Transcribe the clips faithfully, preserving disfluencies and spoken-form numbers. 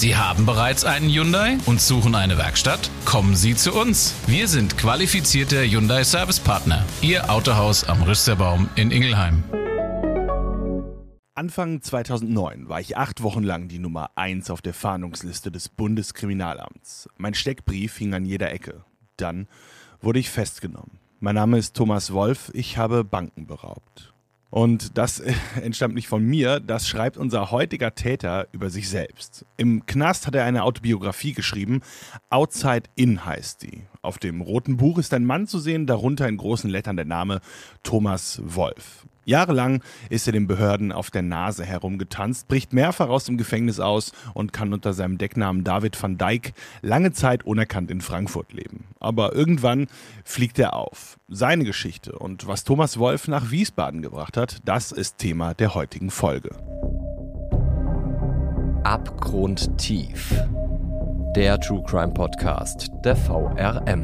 Sie haben bereits einen Hyundai und suchen eine Werkstatt? Kommen Sie zu uns. Wir sind qualifizierte Hyundai Service Partner. Ihr Autohaus am Rüsterbaum in Ingelheim. Anfang zweitausendneun war ich acht Wochen lang die Nummer eins auf der Fahndungsliste des Bundeskriminalamts. Mein Steckbrief hing an jeder Ecke. Dann wurde ich festgenommen. Mein Name ist Thomas Wolf, ich habe Banken beraubt. Und das entstammt nicht von mir, das schreibt unser heutiger Täter über sich selbst. Im Knast hat er eine Autobiografie geschrieben, Outside In heißt die. Auf dem roten Buch ist ein Mann zu sehen, darunter in großen Lettern der Name Thomas Wolf. Jahrelang ist er den Behörden auf der Nase herumgetanzt, bricht mehrfach aus dem Gefängnis aus und kann unter seinem Decknamen David van Dijk lange Zeit unerkannt in Frankfurt leben. Aber irgendwann fliegt er auf. Seine Geschichte und was Thomas Wolf nach Wiesbaden gebracht hat, das ist Thema der heutigen Folge. Abgrundtief. Der True Crime Podcast der V R M.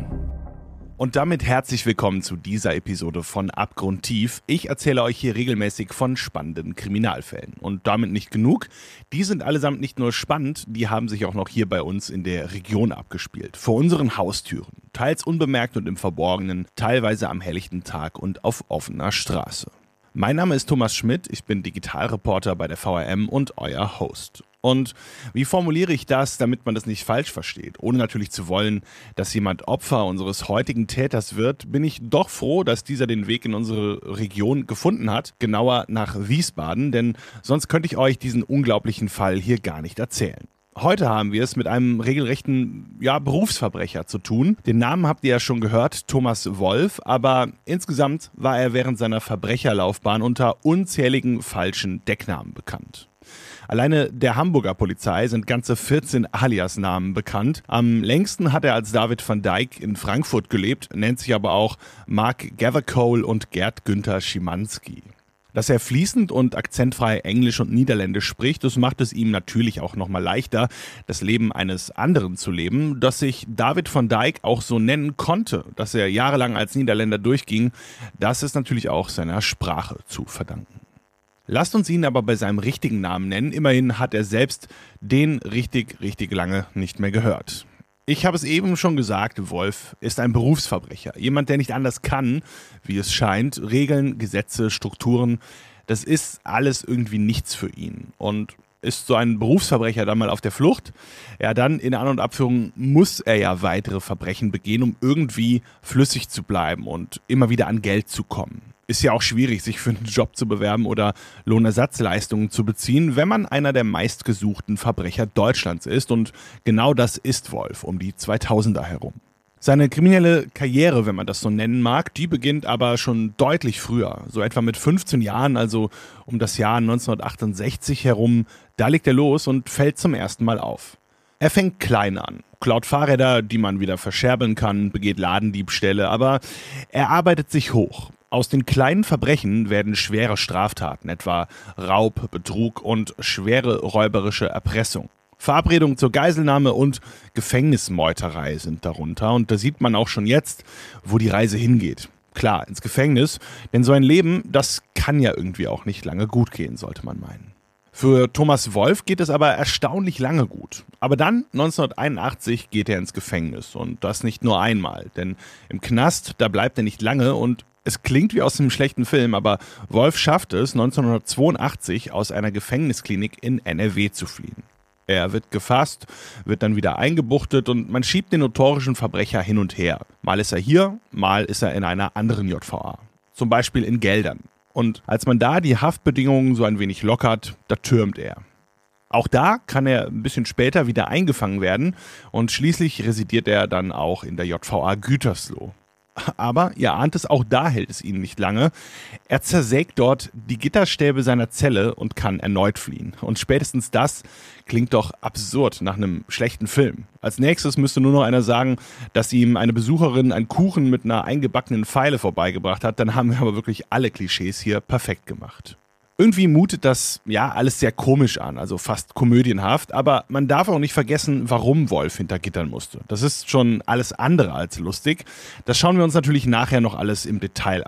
Und damit herzlich willkommen zu dieser Episode von Abgrundtief. Ich erzähle euch hier regelmäßig von spannenden Kriminalfällen. Und damit nicht genug. Die sind allesamt nicht nur spannend, die haben sich auch noch hier bei uns in der Region abgespielt. Vor unseren Haustüren. Teils unbemerkt und im Verborgenen, teilweise am helllichten Tag und auf offener Straße. Mein Name ist Thomas Schmidt, ich bin Digitalreporter bei der V R M und euer Host. Und wie formuliere ich das, damit man das nicht falsch versteht? Ohne natürlich zu wollen, dass jemand Opfer unseres heutigen Täters wird, bin ich doch froh, dass dieser den Weg in unsere Region gefunden hat, genauer nach Wiesbaden, denn sonst könnte ich euch diesen unglaublichen Fall hier gar nicht erzählen. Heute haben wir es mit einem regelrechten ja, Berufsverbrecher zu tun. Den Namen habt ihr ja schon gehört, Thomas Wolf, aber insgesamt war er während seiner Verbrecherlaufbahn unter unzähligen falschen Decknamen bekannt. Alleine der Hamburger Polizei sind ganze vierzehn Alias-Namen bekannt. Am längsten hat er als David van Dijk in Frankfurt gelebt, nennt sich aber auch Mark Gathercole und Gerd Günther Schimanski. Dass er fließend und akzentfrei Englisch und Niederländisch spricht, das macht es ihm natürlich auch nochmal leichter, das Leben eines anderen zu leben. Dass sich David van Dijk auch so nennen konnte, dass er jahrelang als Niederländer durchging, das ist natürlich auch seiner Sprache zu verdanken. Lasst uns ihn aber bei seinem richtigen Namen nennen, immerhin hat er selbst den richtig, richtig lange nicht mehr gehört. Ich habe es eben schon gesagt, Wolf ist ein Berufsverbrecher. Jemand, der nicht anders kann, wie es scheint. Regeln, Gesetze, Strukturen, das ist alles irgendwie nichts für ihn. Und ist so ein Berufsverbrecher dann mal auf der Flucht, ja dann in An- und Abführung muss er ja weitere Verbrechen begehen, um irgendwie flüssig zu bleiben und immer wieder an Geld zu kommen. Ist ja auch schwierig, sich für einen Job zu bewerben oder Lohnersatzleistungen zu beziehen, wenn man einer der meistgesuchten Verbrecher Deutschlands ist. Und genau das ist Wolf um die zweitausender herum. Seine kriminelle Karriere, wenn man das so nennen mag, die beginnt aber schon deutlich früher. So etwa mit fünfzehn Jahren, also um das Jahr neunzehnhundertachtundsechzig herum. Da legt er los und fällt zum ersten Mal auf. Er fängt klein an, klaut Fahrräder, die man wieder verscherbeln kann, begeht Ladendiebstähle, aber er arbeitet sich hoch. Aus den kleinen Verbrechen werden schwere Straftaten, etwa Raub, Betrug und schwere räuberische Erpressung. Verabredungen zur Geiselnahme und Gefängnismeuterei sind darunter und da sieht man auch schon jetzt, wo die Reise hingeht. Klar, ins Gefängnis, denn so ein Leben, das kann ja irgendwie auch nicht lange gut gehen, sollte man meinen. Für Thomas Wolf geht es aber erstaunlich lange gut. Aber dann, neunzehnhunderteinundachtzig, geht er ins Gefängnis und das nicht nur einmal, denn im Knast, da bleibt er nicht lange und es klingt wie aus einem schlechten Film, aber Wolf schafft es, neunzehnhundertzweiundachtzig aus einer Gefängnisklinik in N R W zu fliehen. Er wird gefasst, wird dann wieder eingebuchtet und man schiebt den notorischen Verbrecher hin und her. Mal ist er hier, mal ist er in einer anderen J V A. Zum Beispiel in Geldern. Und als man da die Haftbedingungen so ein wenig lockert, da türmt er. Auch da kann er ein bisschen später wieder eingefangen werden und schließlich residiert er dann auch in der J V A Gütersloh. Aber, ihr ahnt es, auch da hält es ihn nicht lange. Er zersägt dort die Gitterstäbe seiner Zelle und kann erneut fliehen. Und spätestens das klingt doch absurd nach einem schlechten Film. Als nächstes müsste nur noch einer sagen, dass ihm eine Besucherin einen Kuchen mit einer eingebackenen Feile vorbeigebracht hat. Dann haben wir aber wirklich alle Klischees hier perfekt gemacht. Irgendwie mutet das ja alles sehr komisch an, also fast komödienhaft, aber man darf auch nicht vergessen, warum Wolf hinter Gittern musste. Das ist schon alles andere als lustig. Das schauen wir uns natürlich nachher noch alles im Detail an.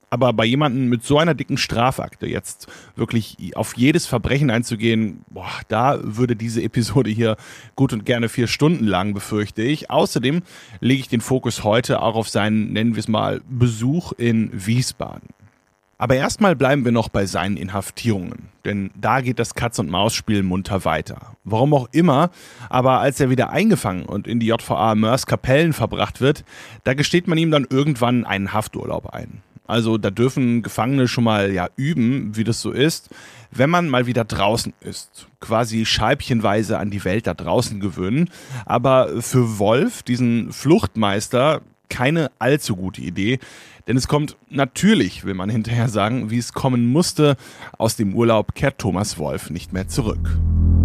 Aber bei jemandem mit so einer dicken Strafakte jetzt wirklich auf jedes Verbrechen einzugehen, boah, da würde diese Episode hier gut und gerne vier Stunden lang, befürchte ich. Außerdem lege ich den Fokus heute auch auf seinen, nennen wir es mal, Besuch in Wiesbaden. Aber erstmal bleiben wir noch bei seinen Inhaftierungen, denn da geht das Katz-und-Maus-Spiel munter weiter. Warum auch immer, aber als er wieder eingefangen und in die J V A Moers-Kapellen verbracht wird, da gesteht man ihm dann irgendwann einen Hafturlaub ein. Also da dürfen Gefangene schon mal ja üben, wie das so ist, wenn man mal wieder draußen ist. Quasi scheibchenweise an die Welt da draußen gewöhnen. Aber für Wolf, diesen Fluchtmeister, keine allzu gute Idee. Denn es kommt natürlich, will man hinterher sagen, wie es kommen musste. Aus dem Urlaub kehrt Thomas Wolf nicht mehr zurück.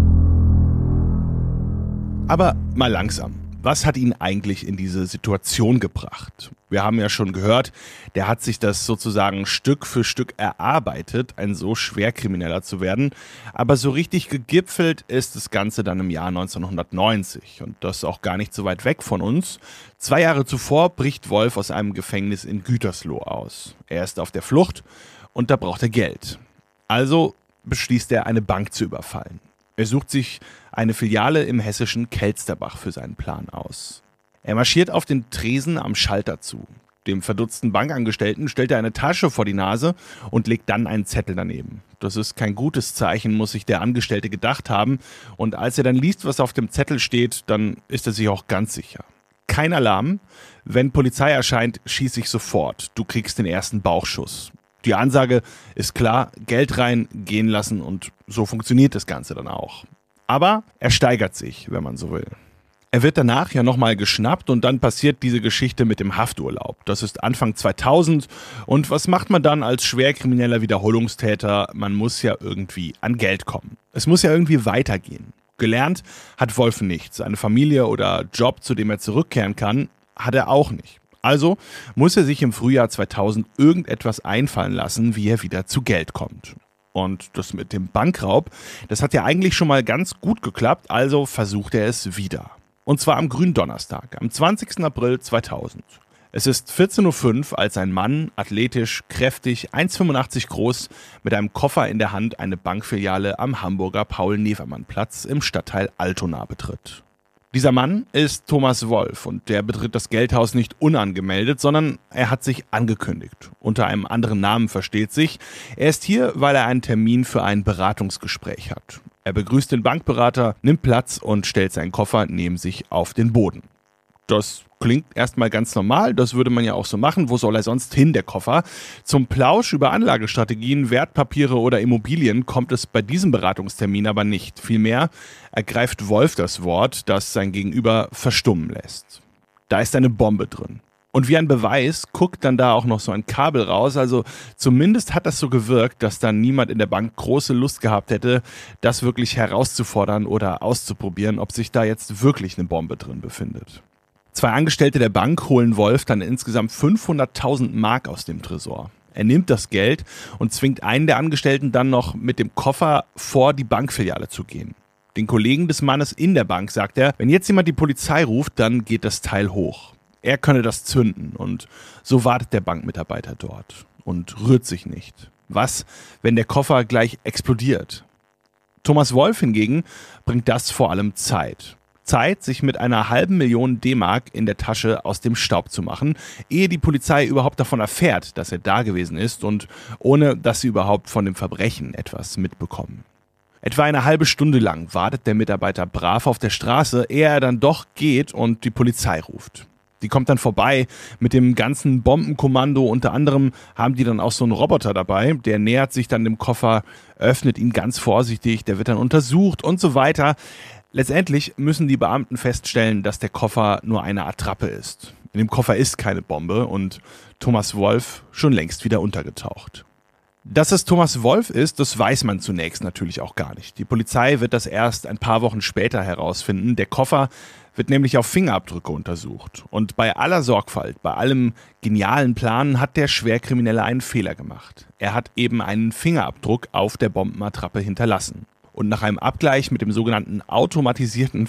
Aber mal langsam. Was hat ihn eigentlich in diese Situation gebracht? Wir haben ja schon gehört, der hat sich das sozusagen Stück für Stück erarbeitet, ein so Schwerkrimineller zu werden. Aber so richtig gegipfelt ist das Ganze dann im Jahr neunzehnhundertneunzig. Und das auch gar nicht so weit weg von uns. Zwei Jahre zuvor bricht Wolf aus einem Gefängnis in Gütersloh aus. Er ist auf der Flucht und da braucht er Geld. Also beschließt er, eine Bank zu überfallen. Er sucht sich eine Filiale im hessischen Kelsterbach für seinen Plan aus. Er marschiert auf den Tresen am Schalter zu. Dem verdutzten Bankangestellten stellt er eine Tasche vor die Nase und legt dann einen Zettel daneben. Das ist kein gutes Zeichen, muss sich der Angestellte gedacht haben. Und als er dann liest, was auf dem Zettel steht, dann ist er sich auch ganz sicher. Kein Alarm. Wenn Polizei erscheint, schieße ich sofort. Du kriegst den ersten Bauchschuss. Die Ansage ist klar, Geld rein, gehen lassen und so funktioniert das Ganze dann auch. Aber er steigert sich, wenn man so will. Er wird danach ja nochmal geschnappt und dann passiert diese Geschichte mit dem Hafturlaub. Das ist Anfang zweitausend und was macht man dann als schwerkrimineller Wiederholungstäter? Man muss ja irgendwie an Geld kommen. Es muss ja irgendwie weitergehen. Gelernt hat Wolf nichts. Eine Familie oder Job, zu dem er zurückkehren kann, hat er auch nicht. Also muss er sich im Frühjahr zweitausend irgendetwas einfallen lassen, wie er wieder zu Geld kommt. Und das mit dem Bankraub, das hat ja eigentlich schon mal ganz gut geklappt, also versucht er es wieder. Und zwar am Gründonnerstag, am zwanzigsten April zweitausend. Es ist vierzehn Uhr fünf, als ein Mann, athletisch, kräftig, eins Komma fünfundachtzig groß, mit einem Koffer in der Hand eine Bankfiliale am Hamburger Paul-Nevermann-Platz im Stadtteil Altona betritt. Dieser Mann ist Thomas Wolf und der betritt das Geldhaus nicht unangemeldet, sondern er hat sich angekündigt. Unter einem anderen Namen versteht sich. Er ist hier, weil er einen Termin für ein Beratungsgespräch hat. Er begrüßt den Bankberater, nimmt Platz und stellt seinen Koffer neben sich auf den Boden. Das klingt erstmal ganz normal, das würde man ja auch so machen. Wo soll er sonst hin, der Koffer? Zum Plausch über Anlagestrategien, Wertpapiere oder Immobilien kommt es bei diesem Beratungstermin aber nicht. Vielmehr ergreift Wolf das Wort, das sein Gegenüber verstummen lässt. Da ist eine Bombe drin. Und wie ein Beweis guckt dann da auch noch so ein Kabel raus. Also zumindest hat das so gewirkt, dass dann niemand in der Bank große Lust gehabt hätte, das wirklich herauszufordern oder auszuprobieren, ob sich da jetzt wirklich eine Bombe drin befindet. Zwei Angestellte der Bank holen Wolf dann insgesamt fünfhunderttausend Mark aus dem Tresor. Er nimmt das Geld und zwingt einen der Angestellten dann noch mit dem Koffer vor die Bankfiliale zu gehen. Den Kollegen des Mannes in der Bank sagt er, wenn jetzt jemand die Polizei ruft, dann geht das Teil hoch. Er könne das zünden und so wartet der Bankmitarbeiter dort und rührt sich nicht. Was, wenn der Koffer gleich explodiert? Thomas Wolf hingegen bringt das vor allem Zeit. Zeit, sich mit einer halben Million D-Mark in der Tasche aus dem Staub zu machen, ehe die Polizei überhaupt davon erfährt, dass er da gewesen ist und ohne, dass sie überhaupt von dem Verbrechen etwas mitbekommen. Etwa eine halbe Stunde lang wartet der Mitarbeiter brav auf der Straße, ehe er dann doch geht und die Polizei ruft. Die kommt dann vorbei mit dem ganzen Bombenkommando. Unter anderem haben die dann auch so einen Roboter dabei. Der nähert sich dann dem Koffer, öffnet ihn ganz vorsichtig, der wird dann untersucht und so weiter. Letztendlich müssen die Beamten feststellen, dass der Koffer nur eine Attrappe ist. In dem Koffer ist keine Bombe und Thomas Wolf schon längst wieder untergetaucht. Dass es Thomas Wolf ist, das weiß man zunächst natürlich auch gar nicht. Die Polizei wird das erst ein paar Wochen später herausfinden. Der Koffer wird nämlich auf Fingerabdrücke untersucht. Und bei aller Sorgfalt, bei allem genialen Plan hat der Schwerkriminelle einen Fehler gemacht. Er hat eben einen Fingerabdruck auf der Bombenattrappe hinterlassen. Und nach einem Abgleich mit dem sogenannten automatisierten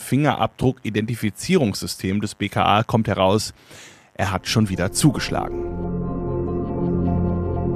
Fingerabdruck-Identifizierungssystem des B K A kommt heraus, er hat schon wieder zugeschlagen.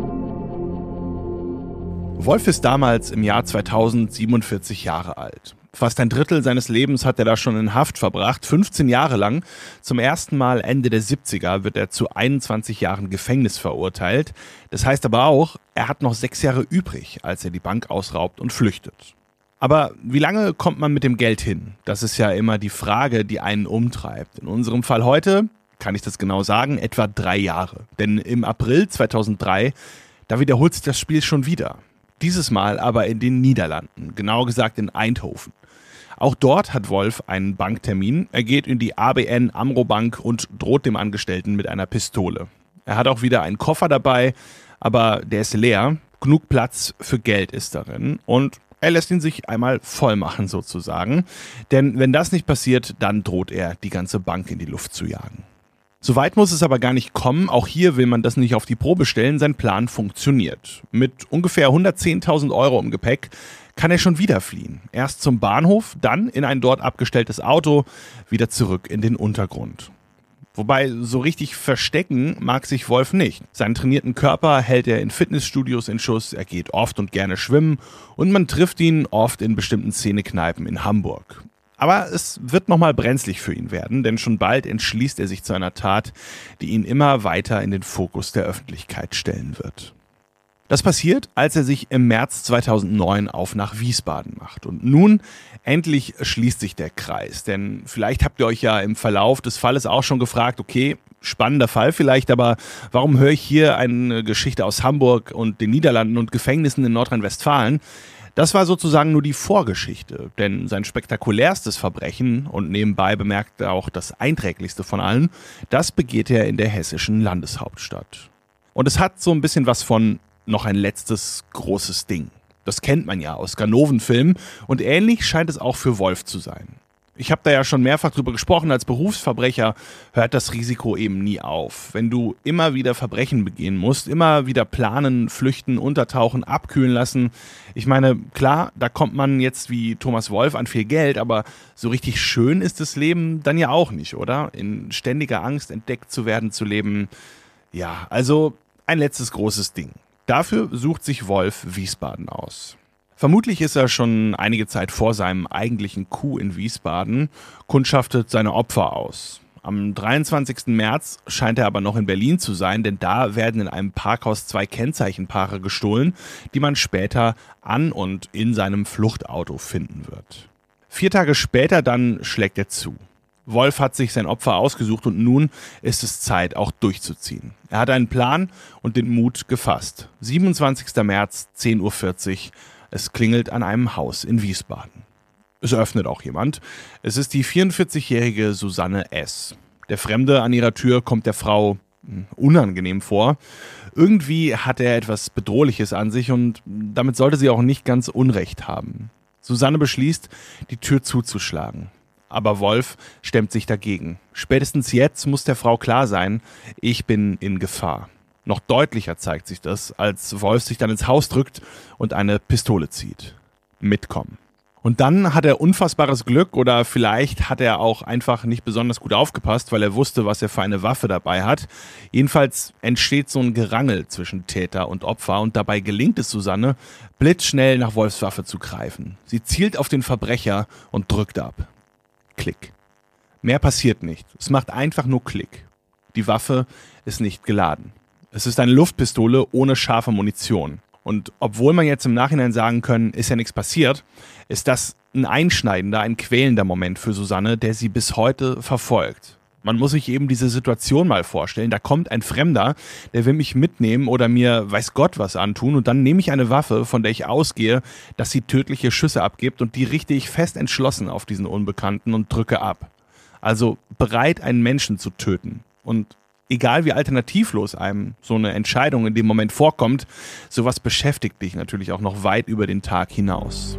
Wolf ist damals im Jahr zweitausend siebenundvierzig Jahre alt. Fast ein Drittel seines Lebens hat er da schon in Haft verbracht, fünfzehn Jahre lang. Zum ersten Mal Ende der siebziger wird er zu einundzwanzig Jahren Gefängnis verurteilt. Das heißt aber auch, er hat noch sechs Jahre übrig, als er die Bank ausraubt und flüchtet. Aber wie lange kommt man mit dem Geld hin? Das ist ja immer die Frage, die einen umtreibt. In unserem Fall heute, kann ich das genau sagen, etwa drei Jahre. Denn im April zweitausenddrei, da wiederholt sich das Spiel schon wieder. Dieses Mal aber in den Niederlanden, genauer gesagt in Eindhoven. Auch dort hat Wolf einen Banktermin. Er geht in die A B N AMRO Bank und droht dem Angestellten mit einer Pistole. Er hat auch wieder einen Koffer dabei, aber der ist leer. Genug Platz für Geld ist darin und er lässt ihn sich einmal voll machen sozusagen. Denn wenn das nicht passiert, dann droht er, die ganze Bank in die Luft zu jagen. Soweit muss es aber gar nicht kommen. Auch hier will man das nicht auf die Probe stellen. Sein Plan funktioniert. Mit ungefähr hundertzehntausend Euro im Gepäck kann er schon wieder fliehen. Erst zum Bahnhof, dann in ein dort abgestelltes Auto, wieder zurück in den Untergrund. Wobei, so richtig verstecken mag sich Wolf nicht. Seinen trainierten Körper hält er in Fitnessstudios in Schuss, er geht oft und gerne schwimmen und man trifft ihn oft in bestimmten Szenekneipen in Hamburg. Aber es wird nochmal brenzlig für ihn werden, denn schon bald entschließt er sich zu einer Tat, die ihn immer weiter in den Fokus der Öffentlichkeit stellen wird. Das passiert, als er sich im März zweitausendneun auf nach Wiesbaden macht. Und nun endlich schließt sich der Kreis. Denn vielleicht habt ihr euch ja im Verlauf des Falles auch schon gefragt, okay, spannender Fall vielleicht, aber warum höre ich hier eine Geschichte aus Hamburg und den Niederlanden und Gefängnissen in Nordrhein-Westfalen? Das war sozusagen nur die Vorgeschichte, denn sein spektakulärstes Verbrechen und nebenbei bemerkt auch das einträglichste von allen, das begeht er in der hessischen Landeshauptstadt. Und es hat so ein bisschen was von noch ein letztes großes Ding. Das kennt man ja aus Ganoven-Filmen und ähnlich scheint es auch für Wolf zu sein. Ich habe da ja schon mehrfach drüber gesprochen, als Berufsverbrecher hört das Risiko eben nie auf. Wenn du immer wieder Verbrechen begehen musst, immer wieder planen, flüchten, untertauchen, abkühlen lassen. Ich meine, klar, da kommt man jetzt wie Thomas Wolf an viel Geld, aber so richtig schön ist das Leben dann ja auch nicht, oder? In ständiger Angst entdeckt zu werden, zu leben. Ja, also ein letztes großes Ding. Dafür sucht sich Wolf Wiesbaden aus. Vermutlich ist er schon einige Zeit vor seinem eigentlichen Coup in Wiesbaden, kundschaftet seine Opfer aus. Am dreiundzwanzigsten März scheint er aber noch in Berlin zu sein, denn da werden in einem Parkhaus zwei Kennzeichenpaare gestohlen, die man später an und in seinem Fluchtauto finden wird. Vier Tage später dann schlägt er zu. Wolf hat sich sein Opfer ausgesucht und nun ist es Zeit, auch durchzuziehen. Er hat einen Plan und den Mut gefasst. siebenundzwanzigster März, zehn Uhr vierzig. Es klingelt an einem Haus in Wiesbaden. Es öffnet auch jemand. Es ist die vierundvierzigjährige Susanne S. Der Fremde an ihrer Tür kommt der Frau unangenehm vor. Irgendwie hat er etwas Bedrohliches an sich und damit sollte sie auch nicht ganz Unrecht haben. Susanne beschließt, die Tür zuzuschlagen. Aber Wolf stemmt sich dagegen. Spätestens jetzt muss der Frau klar sein, ich bin in Gefahr. Noch deutlicher zeigt sich das, als Wolf sich dann ins Haus drückt und eine Pistole zieht. Mitkommen. Und dann hat er unfassbares Glück oder vielleicht hat er auch einfach nicht besonders gut aufgepasst, weil er wusste, was er für eine Waffe dabei hat. Jedenfalls entsteht so ein Gerangel zwischen Täter und Opfer und dabei gelingt es Susanne, blitzschnell nach Wolfs Waffe zu greifen. Sie zielt auf den Verbrecher und drückt ab. Klick. Mehr passiert nicht. Es macht einfach nur Klick. Die Waffe ist nicht geladen. Es ist eine Luftpistole ohne scharfe Munition. Und obwohl man jetzt im Nachhinein sagen können, ist ja nichts passiert, ist das ein einschneidender, ein quälender Moment für Susanne, der sie bis heute verfolgt. Man muss sich eben diese Situation mal vorstellen. Da kommt ein Fremder, der will mich mitnehmen oder mir weiß Gott was antun und dann nehme ich eine Waffe, von der ich ausgehe, dass sie tödliche Schüsse abgibt und die richte ich fest entschlossen auf diesen Unbekannten und drücke ab. Also bereit, einen Menschen zu töten. Und egal wie alternativlos einem so eine Entscheidung in dem Moment vorkommt, sowas beschäftigt dich natürlich auch noch weit über den Tag hinaus.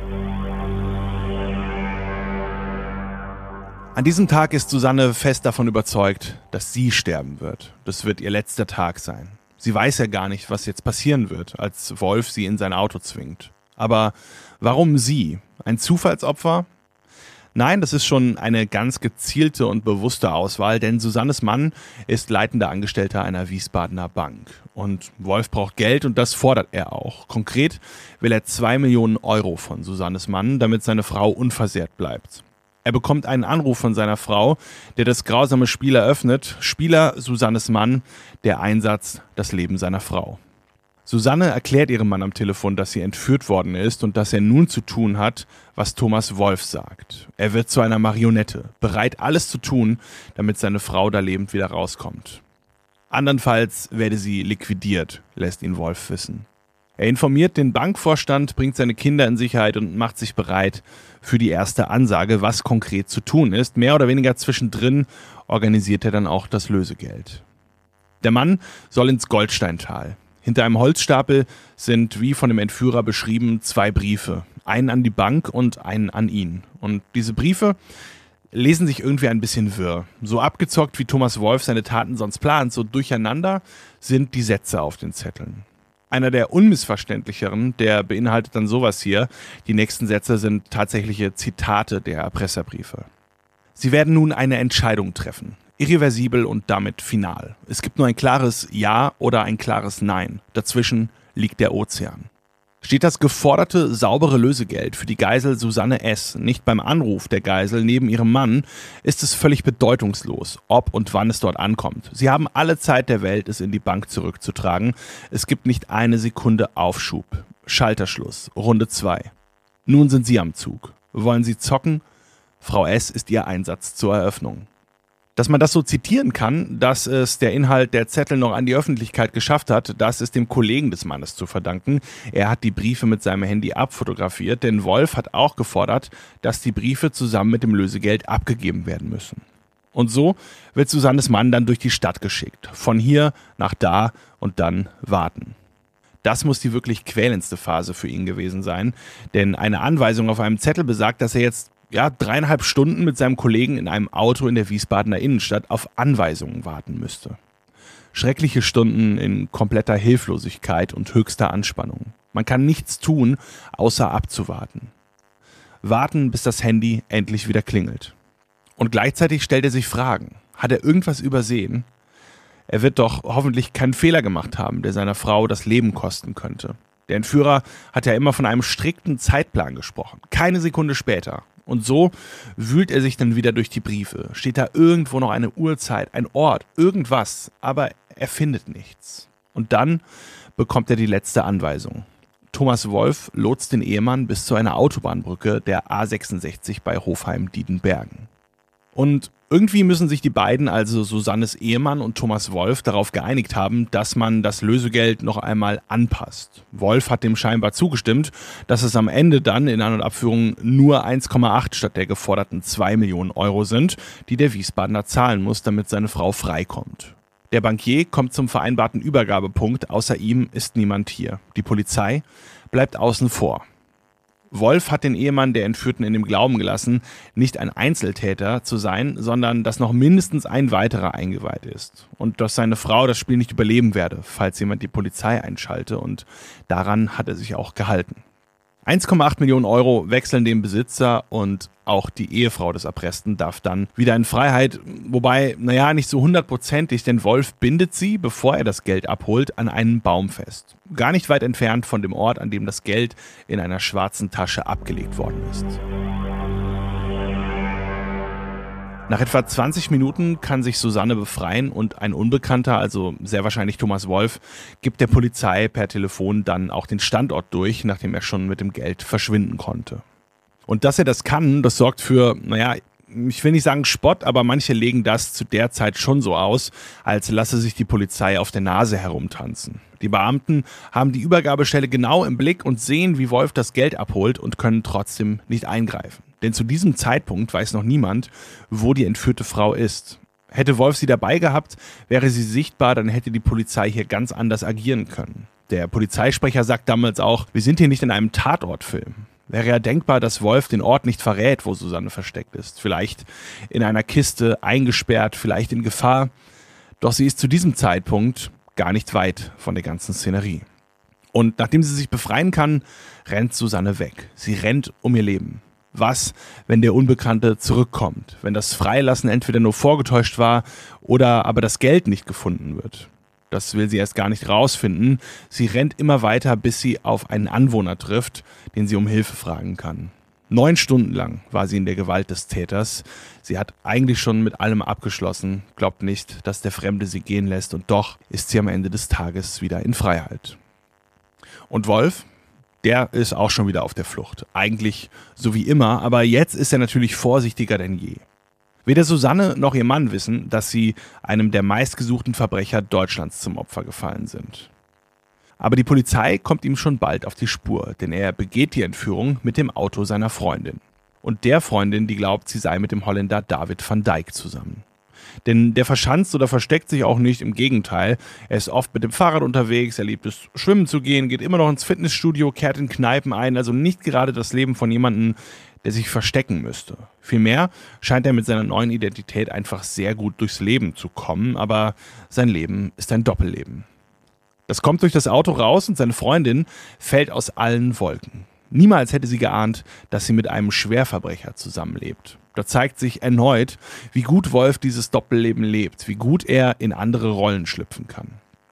An diesem Tag ist Susanne fest davon überzeugt, dass sie sterben wird. Das wird ihr letzter Tag sein. Sie weiß ja gar nicht, was jetzt passieren wird, als Wolf sie in sein Auto zwingt. Aber warum sie? Ein Zufallsopfer? Nein, das ist schon eine ganz gezielte und bewusste Auswahl, denn Susannes Mann ist leitender Angestellter einer Wiesbadener Bank. Und Wolf braucht Geld und das fordert er auch. Konkret will er zwei Millionen Euro von Susannes Mann, damit seine Frau unversehrt bleibt. Er bekommt einen Anruf von seiner Frau, der das grausame Spiel eröffnet. Spieler Susannes Mann, der Einsatz, das Leben seiner Frau. Susanne erklärt ihrem Mann am Telefon, dass sie entführt worden ist und dass er nun zu tun hat, was Thomas Wolf sagt. Er wird zu einer Marionette, bereit alles zu tun, damit seine Frau da lebend wieder rauskommt. Andernfalls werde sie liquidiert, lässt ihn Wolf wissen. Er informiert den Bankvorstand, bringt seine Kinder in Sicherheit und macht sich bereit für die erste Ansage, was konkret zu tun ist. Mehr oder weniger zwischendrin organisiert er dann auch das Lösegeld. Der Mann soll ins Goldsteintal. Hinter einem Holzstapel sind, wie von dem Entführer beschrieben, zwei Briefe. Einen an die Bank und einen an ihn. Und diese Briefe lesen sich irgendwie ein bisschen wirr. So abgezockt, wie Thomas Wolf seine Taten sonst plant, so durcheinander sind die Sätze auf den Zetteln. Einer der unmissverständlicheren, der beinhaltet dann sowas hier. Die nächsten Sätze sind tatsächliche Zitate der Erpresserbriefe. Sie werden nun eine Entscheidung treffen. Irreversibel und damit final. Es gibt nur ein klares Ja oder ein klares Nein. Dazwischen liegt der Ozean. Steht das geforderte, saubere Lösegeld für die Geisel Susanne S. nicht beim Anruf der Geisel neben ihrem Mann, ist es völlig bedeutungslos, ob und wann es dort ankommt. Sie haben alle Zeit der Welt, es in die Bank zurückzutragen. Es gibt nicht eine Sekunde Aufschub. Schalterschluss. Runde zwei. Nun sind Sie am Zug. Wollen Sie zocken? Frau S. ist Ihr Einsatz zur Eröffnung. Dass man das so zitieren kann, dass es der Inhalt der Zettel noch an die Öffentlichkeit geschafft hat, das ist dem Kollegen des Mannes zu verdanken. Er hat die Briefe mit seinem Handy abfotografiert, denn Wolf hat auch gefordert, dass die Briefe zusammen mit dem Lösegeld abgegeben werden müssen. Und so wird Susannes Mann dann durch die Stadt geschickt. Von hier nach da und dann warten. Das muss die wirklich quälendste Phase für ihn gewesen sein, denn eine Anweisung auf einem Zettel besagt, dass er jetzt ja, dreieinhalb Stunden mit seinem Kollegen in einem Auto in der Wiesbadener Innenstadt auf Anweisungen warten müsste. Schreckliche Stunden in kompletter Hilflosigkeit und höchster Anspannung. Man kann nichts tun, außer abzuwarten. Warten, bis das Handy endlich wieder klingelt. Und gleichzeitig stellt er sich Fragen. Hat er irgendwas übersehen? Er wird doch hoffentlich keinen Fehler gemacht haben, der seiner Frau das Leben kosten könnte. Der Entführer hat ja immer von einem strikten Zeitplan gesprochen. Keine Sekunde später. Und so wühlt er sich dann wieder durch die Briefe. Steht da irgendwo noch eine Uhrzeit, ein Ort, irgendwas, aber er findet nichts. Und dann bekommt er die letzte Anweisung. Thomas Wolf lotst den Ehemann bis zu einer Autobahnbrücke der A sechsundsechzig bei Hofheim-Diedenbergen. Und irgendwie müssen sich die beiden, also Susannes Ehemann und Thomas Wolf, darauf geeinigt haben, dass man das Lösegeld noch einmal anpasst. Wolf hat dem scheinbar zugestimmt, dass es am Ende dann in An- und Abführung nur eins Komma acht statt der geforderten zwei Millionen Euro sind, die der Wiesbadener zahlen muss, damit seine Frau freikommt. Der Bankier kommt zum vereinbarten Übergabepunkt, außer ihm ist niemand hier. Die Polizei bleibt außen vor. Wolf hat den Ehemann der Entführten in dem Glauben gelassen, nicht ein Einzeltäter zu sein, sondern dass noch mindestens ein weiterer eingeweiht ist. Und dass seine Frau das Spiel nicht überleben werde, falls jemand die Polizei einschalte. Und daran hat er sich auch gehalten. eins Komma acht Millionen Euro wechseln dem Besitzer und auch die Ehefrau des Erpressten darf dann wieder in Freiheit. Wobei, naja, nicht so hundertprozentig, denn Wolf bindet sie, bevor er das Geld abholt, an einen Baum fest. Gar nicht weit entfernt von dem Ort, an dem das Geld in einer schwarzen Tasche abgelegt worden ist. Nach etwa zwanzig Minuten kann sich Susanne befreien und ein Unbekannter, also sehr wahrscheinlich Thomas Wolf, gibt der Polizei per Telefon dann auch den Standort durch, nachdem er schon mit dem Geld verschwinden konnte. Und dass er das kann, das sorgt für, naja, ich will nicht sagen Spott, aber manche legen das zu der Zeit schon so aus, als lasse sich die Polizei auf der Nase herumtanzen. Die Beamten haben die Übergabestelle genau im Blick und sehen, wie Wolf das Geld abholt und können trotzdem nicht eingreifen. Denn zu diesem Zeitpunkt weiß noch niemand, wo die entführte Frau ist. Hätte Wolf sie dabei gehabt, wäre sie sichtbar, dann hätte die Polizei hier ganz anders agieren können. Der Polizeisprecher sagt damals auch, wir sind hier nicht in einem Tatortfilm. Wäre ja denkbar, dass Wolf den Ort nicht verrät, wo Susanne versteckt ist. Vielleicht in einer Kiste, eingesperrt, vielleicht in Gefahr. Doch sie ist zu diesem Zeitpunkt gar nicht weit von der ganzen Szenerie. Und nachdem sie sich befreien kann, rennt Susanne weg. Sie rennt um ihr Leben. Was, wenn der Unbekannte zurückkommt? Wenn das Freilassen entweder nur vorgetäuscht war oder aber das Geld nicht gefunden wird? Das will sie erst gar nicht rausfinden. Sie rennt immer weiter, bis sie auf einen Anwohner trifft, den sie um Hilfe fragen kann. Neun Stunden lang war sie in der Gewalt des Täters. Sie hat eigentlich schon mit allem abgeschlossen, glaubt nicht, dass der Fremde sie gehen lässt, und doch ist sie am Ende des Tages wieder in Freiheit. Und Wolf, der ist auch schon wieder auf der Flucht. Eigentlich so wie immer, aber jetzt ist er natürlich vorsichtiger denn je. Weder Susanne noch ihr Mann wissen, dass sie einem der meistgesuchten Verbrecher Deutschlands zum Opfer gefallen sind. Aber die Polizei kommt ihm schon bald auf die Spur, denn er begeht die Entführung mit dem Auto seiner Freundin. Und der Freundin, die glaubt, sie sei mit dem Holländer David van Dijk zusammen. Denn der verschanzt oder versteckt sich auch nicht, im Gegenteil. Er ist oft mit dem Fahrrad unterwegs, er liebt es, schwimmen zu gehen, geht immer noch ins Fitnessstudio, kehrt in Kneipen ein, also nicht gerade das Leben von jemandem, der sich verstecken müsste. Vielmehr scheint er mit seiner neuen Identität einfach sehr gut durchs Leben zu kommen, aber sein Leben ist ein Doppelleben. Das kommt durch das Auto raus und seine Freundin fällt aus allen Wolken. Niemals hätte sie geahnt, dass sie mit einem Schwerverbrecher zusammenlebt. Da zeigt sich erneut, wie gut Wolf dieses Doppelleben lebt, wie gut er in andere Rollen schlüpfen kann.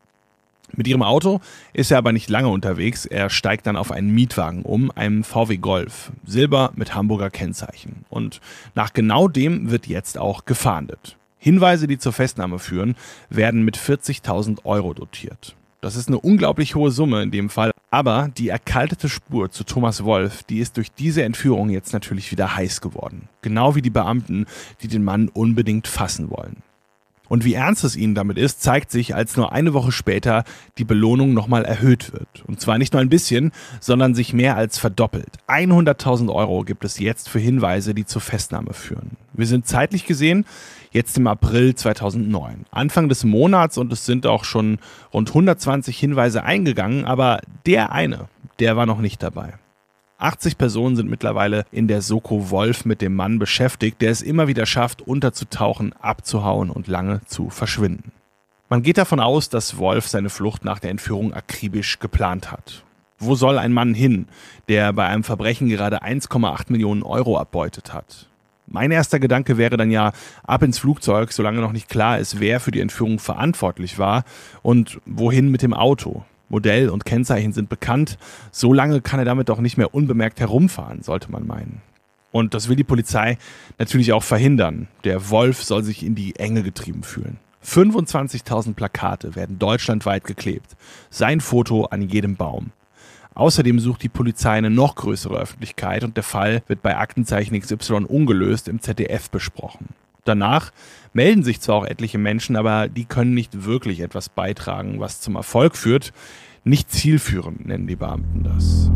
Mit ihrem Auto ist er aber nicht lange unterwegs. Er steigt dann auf einen Mietwagen um, einen V W Golf, Silber mit Hamburger Kennzeichen. Und nach genau dem wird jetzt auch gefahndet. Hinweise, die zur Festnahme führen, werden mit vierzigtausend Euro dotiert. Das ist eine unglaublich hohe Summe in dem Fall, aber die erkaltete Spur zu Thomas Wolf, die ist durch diese Entführung jetzt natürlich wieder heiß geworden. Genau wie die Beamten, die den Mann unbedingt fassen wollen. Und wie ernst es ihnen damit ist, zeigt sich, als nur eine Woche später die Belohnung nochmal erhöht wird. Und zwar nicht nur ein bisschen, sondern sich mehr als verdoppelt. hunderttausend Euro gibt es jetzt für Hinweise, die zur Festnahme führen. Wir sind zeitlich gesehen jetzt im April zweitausendneun. Anfang des Monats, und es sind auch schon rund hundertzwanzig Hinweise eingegangen, aber der eine, der war noch nicht dabei. achtzig Personen sind mittlerweile in der Soko Wolf mit dem Mann beschäftigt, der es immer wieder schafft, unterzutauchen, abzuhauen und lange zu verschwinden. Man geht davon aus, dass Wolf seine Flucht nach der Entführung akribisch geplant hat. Wo soll ein Mann hin, der bei einem Verbrechen gerade eins Komma acht Millionen Euro erbeutet hat? Mein erster Gedanke wäre dann ja, ab ins Flugzeug, solange noch nicht klar ist, wer für die Entführung verantwortlich war, und wohin mit dem Auto. Modell und Kennzeichen sind bekannt, so lange kann er damit doch nicht mehr unbemerkt herumfahren, sollte man meinen. Und das will die Polizei natürlich auch verhindern. Der Wolf soll sich in die Enge getrieben fühlen. fünfundzwanzigtausend Plakate werden deutschlandweit geklebt. Sein Foto an jedem Baum. Außerdem sucht die Polizei eine noch größere Öffentlichkeit und der Fall wird bei Aktenzeichen X Y ungelöst im Z D F besprochen. Danach melden sich zwar auch etliche Menschen, aber die können nicht wirklich etwas beitragen, was zum Erfolg führt. Nicht zielführend nennen die Beamten das.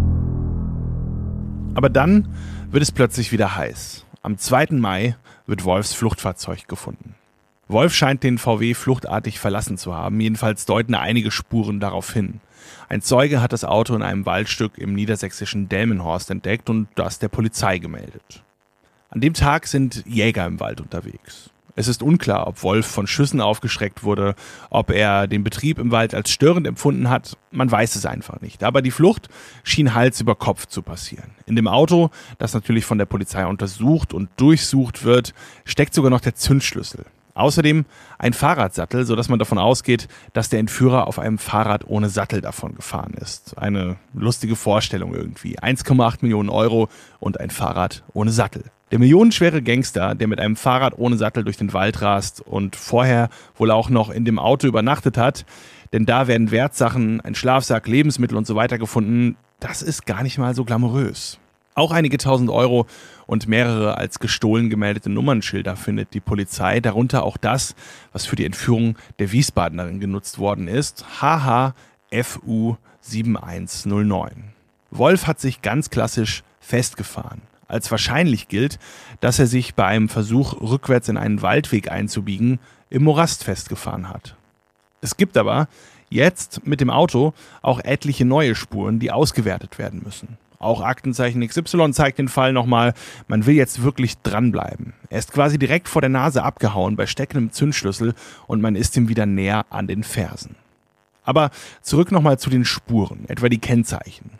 Aber dann wird es plötzlich wieder heiß. Am zweiten Mai wird Wolfs Fluchtfahrzeug gefunden. Wolf scheint den V W fluchtartig verlassen zu haben, jedenfalls deuten einige Spuren darauf hin. Ein Zeuge hat das Auto in einem Waldstück im niedersächsischen Delmenhorst entdeckt und das der Polizei gemeldet. An dem Tag sind Jäger im Wald unterwegs. Es ist unklar, ob Wolf von Schüssen aufgeschreckt wurde, ob er den Betrieb im Wald als störend empfunden hat. Man weiß es einfach nicht. Aber die Flucht schien Hals über Kopf zu passieren. In dem Auto, das natürlich von der Polizei untersucht und durchsucht wird, steckt sogar noch der Zündschlüssel. Außerdem ein Fahrradsattel, sodass man davon ausgeht, dass der Entführer auf einem Fahrrad ohne Sattel davon gefahren ist. Eine lustige Vorstellung irgendwie. eins Komma acht Millionen Euro und ein Fahrrad ohne Sattel. Der millionenschwere Gangster, der mit einem Fahrrad ohne Sattel durch den Wald rast und vorher wohl auch noch in dem Auto übernachtet hat, denn da werden Wertsachen, ein Schlafsack, Lebensmittel und so weiter gefunden, das ist gar nicht mal so glamourös. Auch einige tausend Euro und mehrere als gestohlen gemeldete Nummernschilder findet die Polizei, darunter auch das, was für die Entführung der Wiesbadenerin genutzt worden ist, H H F U sieben eins null neun. Wolf hat sich ganz klassisch festgefahren. Als wahrscheinlich gilt, dass er sich bei einem Versuch, rückwärts in einen Waldweg einzubiegen, im Morast festgefahren hat. Es gibt aber jetzt mit dem Auto auch etliche neue Spuren, die ausgewertet werden müssen. Auch Aktenzeichen X Y zeigt den Fall nochmal, man will jetzt wirklich dranbleiben. Er ist quasi direkt vor der Nase abgehauen bei steckendem Zündschlüssel und man ist ihm wieder näher an den Fersen. Aber zurück nochmal zu den Spuren, etwa die Kennzeichen.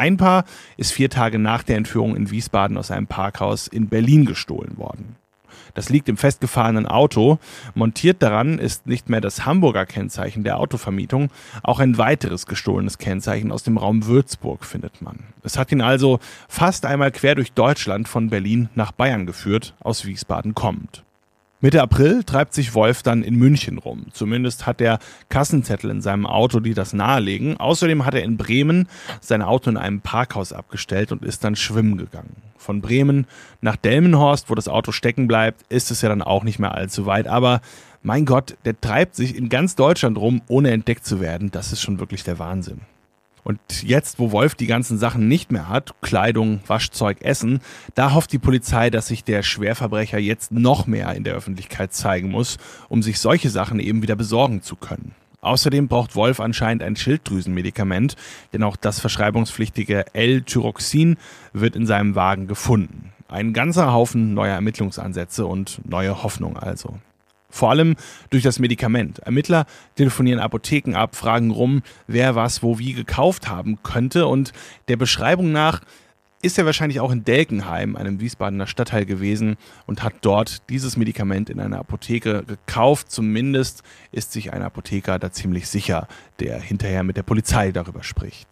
Ein Paar ist vier Tage nach der Entführung in Wiesbaden aus einem Parkhaus in Berlin gestohlen worden. Das liegt im festgefahrenen Auto. Montiert daran ist nicht mehr das Hamburger Kennzeichen der Autovermietung, auch ein weiteres gestohlenes Kennzeichen aus dem Raum Würzburg findet man. Es hat ihn also fast einmal quer durch Deutschland von Berlin nach Bayern geführt, aus Wiesbaden kommend. Mitte April treibt sich Wolf dann in München rum. Zumindest hat er Kassenzettel in seinem Auto, die das nahelegen. Außerdem hat er in Bremen sein Auto in einem Parkhaus abgestellt und ist dann schwimmen gegangen. Von Bremen nach Delmenhorst, wo das Auto stecken bleibt, ist es ja dann auch nicht mehr allzu weit. Aber mein Gott, der treibt sich in ganz Deutschland rum, ohne entdeckt zu werden. Das ist schon wirklich der Wahnsinn. Und jetzt, wo Wolf die ganzen Sachen nicht mehr hat, Kleidung, Waschzeug, Essen, da hofft die Polizei, dass sich der Schwerverbrecher jetzt noch mehr in der Öffentlichkeit zeigen muss, um sich solche Sachen eben wieder besorgen zu können. Außerdem braucht Wolf anscheinend ein Schilddrüsenmedikament, denn auch das verschreibungspflichtige L-Tyroxin wird in seinem Wagen gefunden. Ein ganzer Haufen neuer Ermittlungsansätze und neue Hoffnung also. Vor allem durch das Medikament. Ermittler telefonieren Apotheken ab, fragen rum, wer was wo wie gekauft haben könnte. Und der Beschreibung nach ist er wahrscheinlich auch in Delkenheim, einem Wiesbadener Stadtteil gewesen und hat dort dieses Medikament in einer Apotheke gekauft. Zumindest ist sich ein Apotheker da ziemlich sicher, der hinterher mit der Polizei darüber spricht.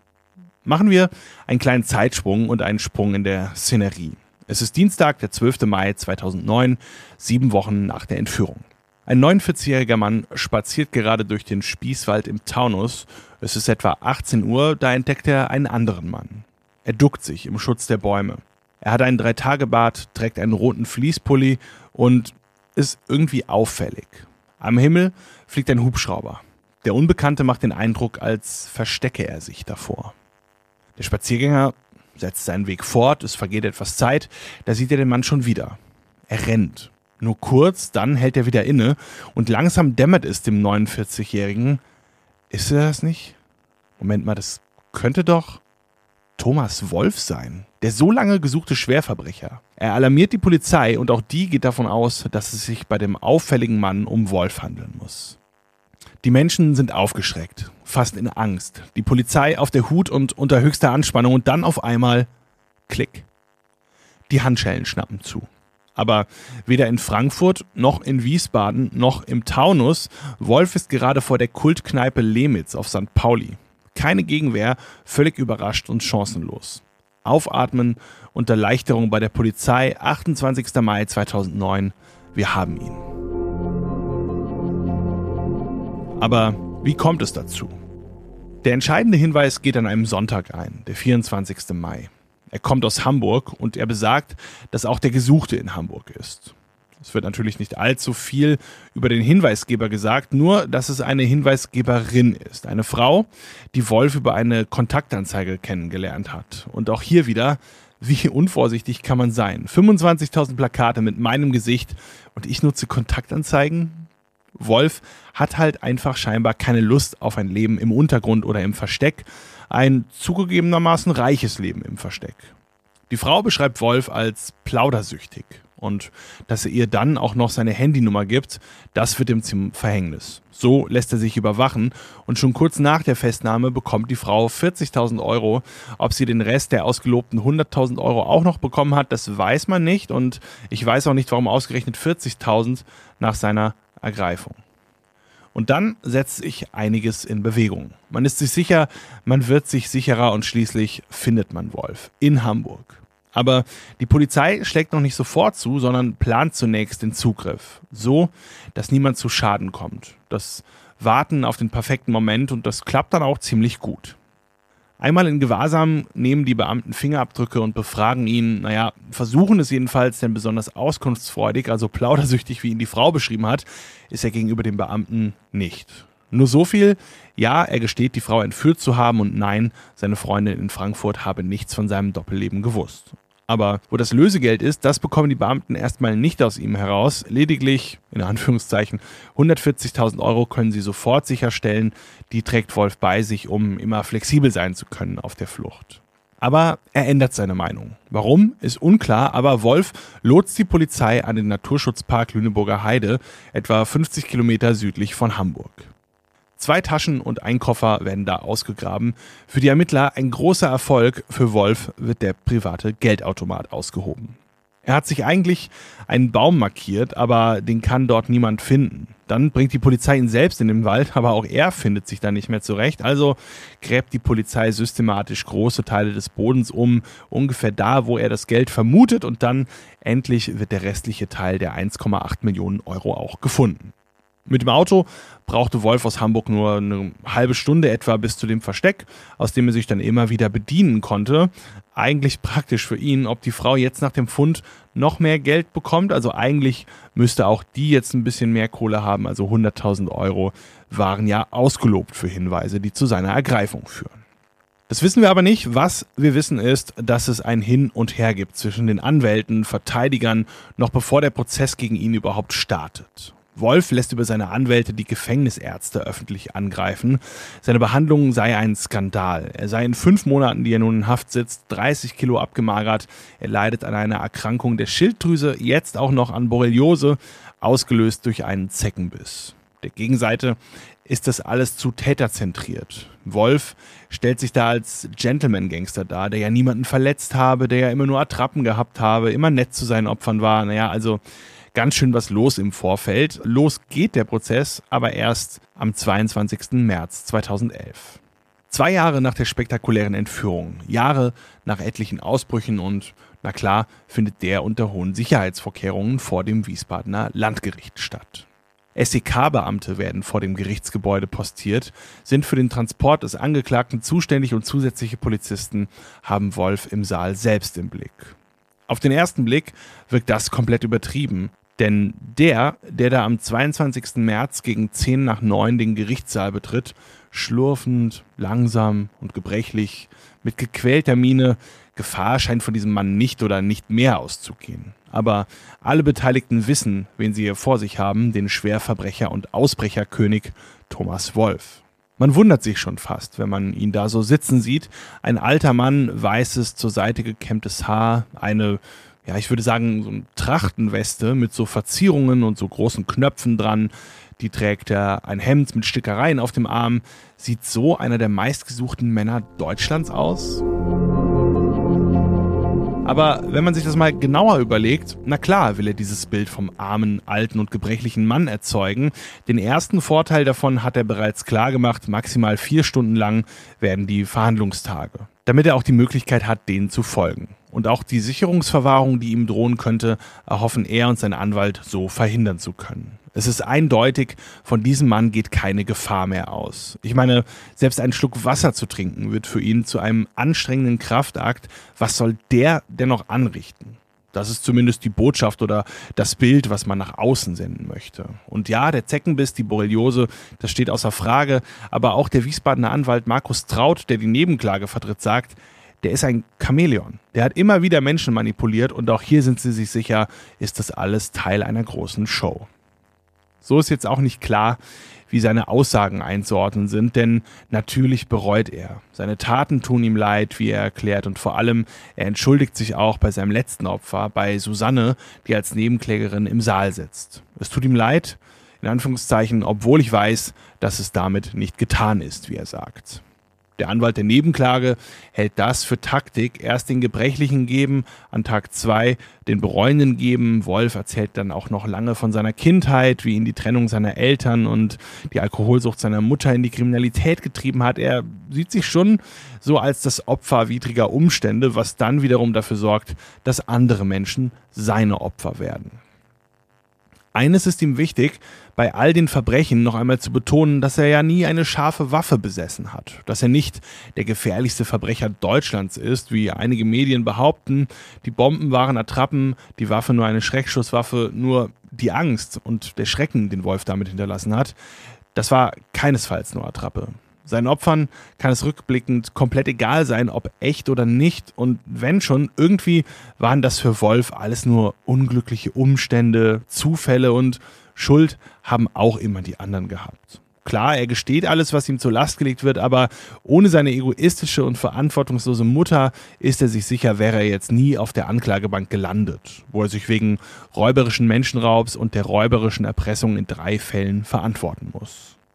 Machen wir einen kleinen Zeitsprung und einen Sprung in der Szenerie. Es ist Dienstag, der zwölfte Mai zweitausendneun, sieben Wochen nach der Entführung. Ein neunundvierzigjähriger Mann spaziert gerade durch den Spießwald im Taunus. Es ist etwa achtzehn Uhr, da entdeckt er einen anderen Mann. Er duckt sich im Schutz der Bäume. Er hat einen Dreitagebart, trägt einen roten Fleecepulli und ist irgendwie auffällig. Am Himmel fliegt ein Hubschrauber. Der Unbekannte macht den Eindruck, als verstecke er sich davor. Der Spaziergänger setzt seinen Weg fort, es vergeht etwas Zeit, da sieht er den Mann schon wieder. Er rennt. Nur kurz, dann hält er wieder inne und langsam dämmert es dem neunundvierzigjährigen. Ist er das nicht? Moment mal, das könnte doch Thomas Wolf sein, der so lange gesuchte Schwerverbrecher. Er alarmiert die Polizei und auch die geht davon aus, dass es sich bei dem auffälligen Mann um Wolf handeln muss. Die Menschen sind aufgeschreckt, fast in Angst. Die Polizei auf der Hut und unter höchster Anspannung und dann auf einmal Klick. Die Handschellen schnappen zu. Aber weder in Frankfurt, noch in Wiesbaden, noch im Taunus. Wolf ist gerade vor der Kultkneipe Lehmitz auf Sankt Pauli. Keine Gegenwehr, völlig überrascht und chancenlos. Aufatmen und Erleichterung bei der Polizei, achtundzwanzigster Mai zweitausendneun. Wir haben ihn. Aber wie kommt es dazu? Der entscheidende Hinweis geht an einem Sonntag ein, der vierundzwanzigster Mai. Er kommt aus Hamburg und er besagt, dass auch der Gesuchte in Hamburg ist. Es wird natürlich nicht allzu viel über den Hinweisgeber gesagt, nur dass es eine Hinweisgeberin ist. Eine Frau, die Wolf über eine Kontaktanzeige kennengelernt hat. Und auch hier wieder, wie unvorsichtig kann man sein? fünfundzwanzigtausend Plakate mit meinem Gesicht und ich nutze Kontaktanzeigen? Wolf hat halt einfach scheinbar keine Lust auf ein Leben im Untergrund oder im Versteck. Ein zugegebenermaßen reiches Leben im Versteck. Die Frau beschreibt Wolf als plaudersüchtig. Und dass er ihr dann auch noch seine Handynummer gibt, das wird ihm zum Verhängnis. So lässt er sich überwachen und schon kurz nach der Festnahme bekommt die Frau vierzigtausend Euro. Ob sie den Rest der ausgelobten hunderttausend Euro auch noch bekommen hat, das weiß man nicht. Und ich weiß auch nicht, warum ausgerechnet vierzigtausend nach seiner Ergreifung. Und dann setzt sich einiges in Bewegung. Man ist sich sicher, man wird sich sicherer und schließlich findet man Wolf in Hamburg. Aber die Polizei schlägt noch nicht sofort zu, sondern plant zunächst den Zugriff. So, dass niemand zu Schaden kommt. Das Warten auf den perfekten Moment und das klappt dann auch ziemlich gut. Einmal in Gewahrsam nehmen die Beamten Fingerabdrücke und befragen ihn, naja, versuchen es jedenfalls, denn besonders auskunftsfreudig, also plaudersüchtig, wie ihn die Frau beschrieben hat, ist er gegenüber den Beamten nicht. Nur so viel, ja, er gesteht, die Frau entführt zu haben und nein, seine Freundin in Frankfurt habe nichts von seinem Doppelleben gewusst. Aber wo das Lösegeld ist, das bekommen die Beamten erstmal nicht aus ihm heraus. Lediglich, in Anführungszeichen, hundertvierzigtausend Euro können sie sofort sicherstellen. Die trägt Wolf bei sich, um immer flexibel sein zu können auf der Flucht. Aber er ändert seine Meinung. Warum, ist unklar, aber Wolf lotst die Polizei an den Naturschutzpark Lüneburger Heide, etwa fünfzig Kilometer südlich von Hamburg. Zwei Taschen und ein Koffer werden da ausgegraben. Für die Ermittler ein großer Erfolg. Für Wolf wird der private Geldautomat ausgehoben. Er hat sich eigentlich einen Baum markiert, aber den kann dort niemand finden. Dann bringt die Polizei ihn selbst in den Wald, aber auch er findet sich da nicht mehr zurecht. Also gräbt die Polizei systematisch große Teile des Bodens um, ungefähr da, wo er das Geld vermutet. Und dann endlich wird der restliche Teil der eins Komma acht Millionen Euro auch gefunden. Mit dem Auto brauchte Wolf aus Hamburg nur eine halbe Stunde etwa bis zu dem Versteck, aus dem er sich dann immer wieder bedienen konnte. Eigentlich praktisch für ihn, ob die Frau jetzt nach dem Fund noch mehr Geld bekommt. Also eigentlich müsste auch die jetzt ein bisschen mehr Kohle haben. Also hunderttausend Euro waren ja ausgelobt für Hinweise, die zu seiner Ergreifung führen. Das wissen wir aber nicht. Was wir wissen ist, dass es ein Hin und Her gibt zwischen den Anwälten, Verteidigern, noch bevor der Prozess gegen ihn überhaupt startet. Wolf lässt über seine Anwälte die Gefängnisärzte öffentlich angreifen. Seine Behandlung sei ein Skandal. Er sei in fünf Monaten, die er nun in Haft sitzt, dreißig Kilo abgemagert. Er leidet an einer Erkrankung der Schilddrüse, jetzt auch noch an Borreliose, ausgelöst durch einen Zeckenbiss. Der Gegenseite ist das alles zu täterzentriert. Wolf stellt sich da als Gentleman-Gangster dar, der ja niemanden verletzt habe, der ja immer nur Attrappen gehabt habe, immer nett zu seinen Opfern war. Naja, also ganz schön was los im Vorfeld. Los geht der Prozess, aber erst am zweiundzwanzigsten März zweitausendelf. Zwei Jahre nach der spektakulären Entführung, Jahre nach etlichen Ausbrüchen und, na klar, findet der unter hohen Sicherheitsvorkehrungen vor dem Wiesbadener Landgericht statt. S E K-Beamte werden vor dem Gerichtsgebäude postiert, sind für den Transport des Angeklagten zuständig und zusätzliche Polizisten haben Wolf im Saal selbst im Blick. Auf den ersten Blick wirkt das komplett übertrieben. Denn der, der da am zweiundzwanzigsten März gegen zehn nach neun den Gerichtssaal betritt, schlurfend, langsam und gebrechlich, mit gequälter Miene, Gefahr scheint von diesem Mann nicht oder nicht mehr auszugehen. Aber alle Beteiligten wissen, wen sie hier vor sich haben, den Schwerverbrecher und Ausbrecherkönig Thomas Wolf. Man wundert sich schon fast, wenn man ihn da so sitzen sieht. Ein alter Mann, weißes, zur Seite gekämmtes Haar, eine, ja, ich würde sagen, so eine Trachtenweste mit so Verzierungen und so großen Knöpfen dran. Die trägt er, ein Hemd mit Stickereien auf dem Arm. Sieht so einer der meistgesuchten Männer Deutschlands aus? Aber wenn man sich das mal genauer überlegt, na klar will er dieses Bild vom armen, alten und gebrechlichen Mann erzeugen. Den ersten Vorteil davon hat er bereits klar gemacht, maximal vier Stunden lang werden die Verhandlungstage, damit er auch die Möglichkeit hat, denen zu folgen. Und auch die Sicherungsverwahrung, die ihm drohen könnte, erhoffen er und sein Anwalt so verhindern zu können. Es ist eindeutig, von diesem Mann geht keine Gefahr mehr aus. Ich meine, selbst einen Schluck Wasser zu trinken wird für ihn zu einem anstrengenden Kraftakt. Was soll der denn noch anrichten? Das ist zumindest die Botschaft oder das Bild, was man nach außen senden möchte. Und ja, der Zeckenbiss, die Borreliose, das steht außer Frage. Aber auch der Wiesbadener Anwalt Markus Traut, der die Nebenklage vertritt, sagt, der ist ein Chamäleon. Der hat immer wieder Menschen manipuliert und auch hier sind sie sich sicher, ist das alles Teil einer großen Show. So ist jetzt auch nicht klar, wie seine Aussagen einzuordnen sind, denn natürlich bereut er. Seine Taten tun ihm leid, wie er erklärt, und vor allem, er entschuldigt sich auch bei seinem letzten Opfer, bei Susanne, die als Nebenklägerin im Saal sitzt. Es tut ihm leid, in Anführungszeichen, obwohl ich weiß, dass es damit nicht getan ist, wie er sagt. Der Anwalt der Nebenklage hält das für Taktik, erst den Gebrechlichen geben, an Tag zwei den Bereuenden geben. Wolf erzählt dann auch noch lange von seiner Kindheit, wie ihn die Trennung seiner Eltern und die Alkoholsucht seiner Mutter in die Kriminalität getrieben hat. Er sieht sich schon so als das Opfer widriger Umstände, was dann wiederum dafür sorgt, dass andere Menschen seine Opfer werden. Eines ist ihm wichtig, bei all den Verbrechen noch einmal zu betonen, dass er ja nie eine scharfe Waffe besessen hat. Dass er nicht der gefährlichste Verbrecher Deutschlands ist, wie einige Medien behaupten. Die Bomben waren Attrappen, die Waffe nur eine Schreckschusswaffe, nur die Angst und der Schrecken, den Wolf damit hinterlassen hat, das war keinesfalls nur Attrappe. Seinen Opfern kann es rückblickend komplett egal sein, ob echt oder nicht. Und wenn schon, irgendwie waren das für Wolf alles nur unglückliche Umstände, Zufälle, und Schuld haben auch immer die anderen gehabt. Klar, er gesteht alles, was ihm zur Last gelegt wird, aber ohne seine egoistische und verantwortungslose Mutter ist er sich sicher, wäre er jetzt nie auf der Anklagebank gelandet, wo er sich wegen räuberischen Menschenraubs und der räuberischen Erpressung in drei Fällen verantworten muss.